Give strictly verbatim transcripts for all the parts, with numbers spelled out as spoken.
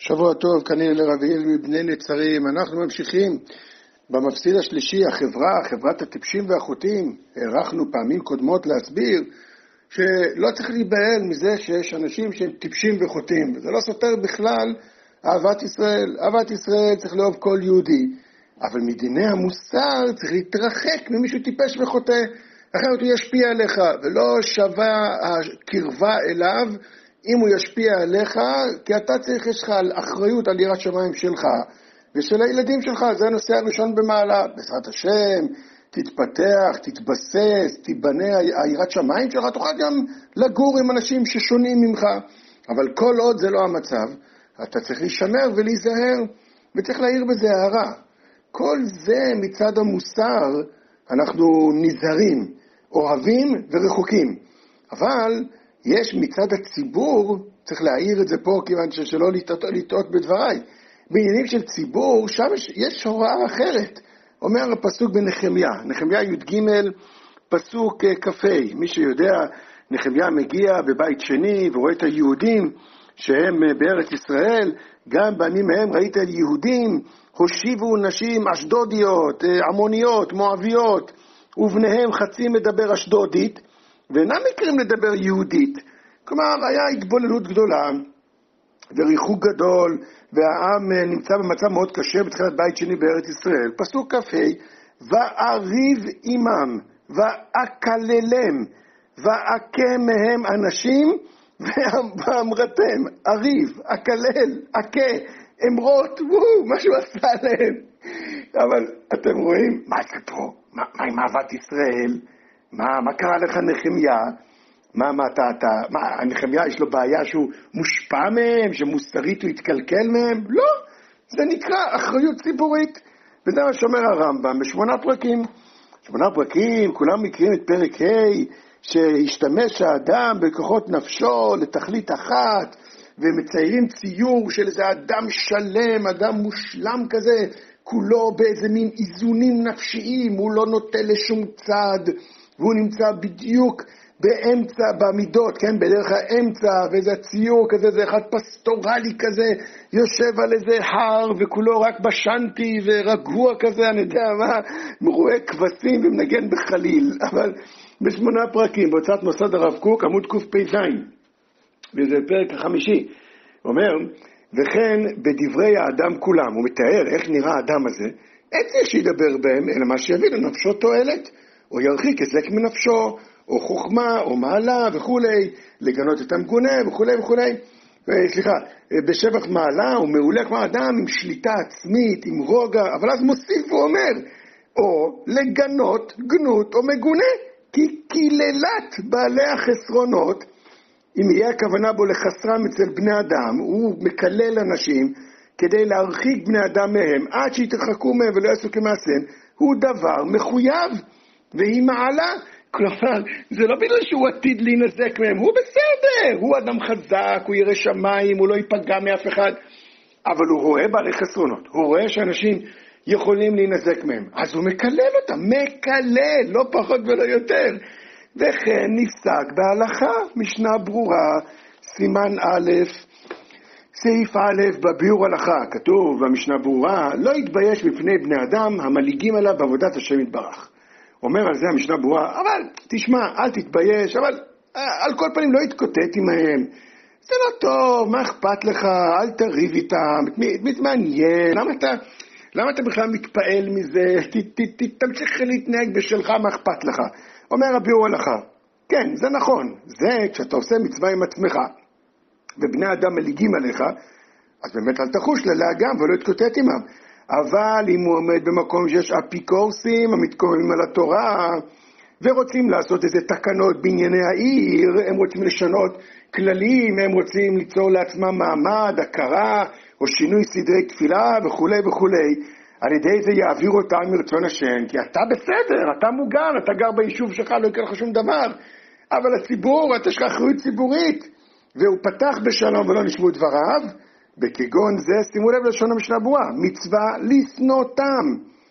שבוע טוב, כנראה לרביעיל מבני נצרים. אנחנו ממשיכים במפסיד השלישי, החברה, חברת הטיפשים והחוטאים. הערכנו פעמים קודמות להסביר שלא צריך להיבהל מזה שיש אנשים שהם טיפשים וחוטאים. זה לא סותר בכלל אהבת ישראל. אהבת ישראל צריך לאהוב כל יהודי. אבל מדיני המוסר צריך להתרחק ממישהו טיפש וחוטא. אחרת הוא ישפיע עליך, ולא שווה הקרבה אליו אם הוא ישפיע עליך, כי אתה צריך, יש לך אחריות על יראת שמיים שלך ושל הילדים שלך. זה הנושא הראשון במעלה. בעזרת השם, תתפתח, תתבסס, תיבנה היראת שמיים שלך, תוכל גם לגור עם אנשים ששונים ממך. אבל כל עוד זה לא המצב, אתה צריך להישמר ולהיזהר, וצריך להעיר בזה הערה. כל זה מצד המוסר אנחנו נזהרים, אוהבים ורחוקים. אבל יש מצד הציבור, צריך להעיר את זה פה, כיוון שלא לטעות, לטעות בדבריי. בעניינים של ציבור, שם יש, יש הוראה אחרת. אומר הפסוק בנחמיה, נחמיה י"ג, פסוק כ"ה. מי שיודע, נחמיה מגיע בבית שני ורואה את היהודים שהם בארץ ישראל. גם בימים מהם ראית יהודים, הושיבו נשים אשדודיות, עמוניות, מואביות, ובניהם חצי מדבר אשדודית, ואינם מכירים לדבר יהודית. כלומר, היה התבוללות גדולה, וריחוק גדול, והעם נמצא במצב מאוד קשה בתחילת בית שני בארץ ישראל. פסוק כ"ה, ואריב עמם, ואקללם, ואכה מהם אנשים, ואמרתם, אריב, אקלל, אכה, אמרות, וואו, מה שהוא עשה להם. אבל אתם רואים, מה זה פה? מה, מה עם אהבת ישראל? מה, מה קרה לך נחמיה? מה, מה, אתה, אתה, מה, נחמיה יש לו בעיה שהוא מושפע מהם, שמוסרית הוא יתקלקל מהם? לא, זה נקרא אחריות ציבורית. וזה מה שאומר הרמב"ם בשמונה פרקים. שמונה פרקים, כולם מכירים את פרק ה' שהשתמש האדם בכוחות נפשו לתכלית אחת, ומציירים ציור של איזה אדם שלם, אדם מושלם כזה, כולו באיזה מין איזונים נפשיים, הוא לא נוטה לשום צד, והוא נמצא בדיוק באמצע, במידות, כן, בדרך האמצע, ואיזה ציור כזה, זה אחד פסטורלי כזה, יושב על איזה הר, וכולו רק בשנתי ורגוע כזה, אני יודע מה, רואה כבשים ומנגן בחליל. אבל בשמונה פרקים, בהוצאת מוסד הרב קוק, עמוד קפ"ז, וזה פרק החמישי, אומר, וכן בדברי האדם כולם, הוא מתאר איך נראה האדם הזה, אין צריך שידבר בהם, אלא מה שיביא לנפשו תועלת, או ירחיק היזק מנפשו, או חוכמה, או מעלה וכו', לגנות את המגונה וכו' וכו'. סליחה, בשבח מעלה הוא מעולה כמו אדם עם שליטה עצמית, עם רוגע, אבל אז מוסיף ואומר, או לגנות גנות או מגונה, כי קיללת בעלי החסרונות, אם יהיה הכוונה בו לחסרם אצל בני אדם, הוא מקלל אנשים כדי להרחיק בני אדם מהם, עד שיתרחקו מהם ולא יעשו כמעשיהם, הוא דבר מחויב, והיא מעלה. כלומר, זה לא בגלל שהוא עתיד להינזק מהם, הוא בסדר, הוא אדם חזק, הוא ירא שמיים, הוא לא ייפגע מאף אחד, אבל הוא רואה בעלי חסרונות, הוא רואה שאנשים יכולים להינזק מהם, אז הוא מקלל אותם, מקלל, לא פחות ולא יותר. וכן נפסק בהלכה, משנה ברורה, סימן א', סעיף א', בביאור הלכה, כתוב במשנה ברורה, לא יתבייש בפני בני אדם המליגים עליו בעבודת השם יתברך. אומר על זה המשנה ברורה, אבל תשמע, אל תתבייש, אבל על כל פנים לא יתקוטט עמהם. זה לא טוב, מה אכפת לך, אל תריב איתם, את מי, את מי מעניין, למה אתה, למה אתה בכלל מתפעל מזה, ת, ת, ת, תמשיך להתנהג בשלך, מה אכפת לך. אומר הביאור הלכה, כן, זה נכון, זה כשאתה עושה מצווה עם עצמך, ובני אדם מליגים עליך, אז באמת אל תחוש ללאגם ולא יתקוטט עמם. אבל אם הוא עומד במקום שיש אפיקורסים המתקוממים על התורה, ורוצים לעשות איזה תקנות בענייני העיר, הם רוצים לשנות כללים, הם רוצים ליצור לעצמם מעמד, הכרה, או שינוי סדרי תפילה וכו' וכו', על ידי זה יעביר אותם מרצון השם, כי אתה בסדר, אתה מוגן, אתה גר ביישוב שלך, לא יקרה לך שום דבר, אבל הציבור, אתה יש לך אחריות ציבורית, והוא פתח בשלום ולא נשמעו דבריו, בכגון זה, שימו לב לשון המשנה ברורה, מצווה לשנותם,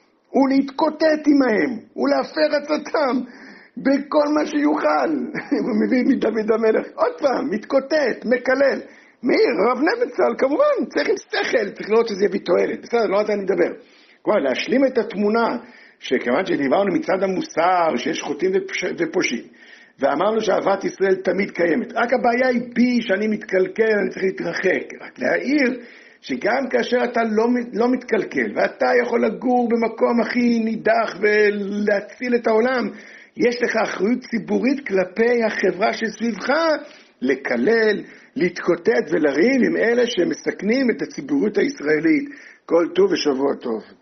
ולהתקוטט עמהם, ולהפר עצתם, בכל מה שיוכל. הוא מביא מדוד המלך, עוד פעם, מתקוטט, מקלל, מאיר, הרב נבנצל, כמובן, צריך עם שכל, צריך לראות שזה יביא תועלת, בסדר, לא על זה אני מדבר. כלומר, להשלים את התמונה, שכיוון שדיברנו מצד המוסר, שיש חוטאים ופושעים, ואמרנו שאהבת ישראל תמיד קיימת. רק הבעיה היא בי שאני מתקלקל, אני צריך להתרחק. רק להעיר שגם כאשר אתה לא, לא מתקלקל, ואתה יכול לגור במקום הכי נידח ולהציל את העולם, יש לך אחריות ציבורית כלפי החברה שסביבך, לקלל, להתקוטט ולריב עם אלה שמסכנים את הציבוריות הישראלית. כל טוב ושבוע טוב.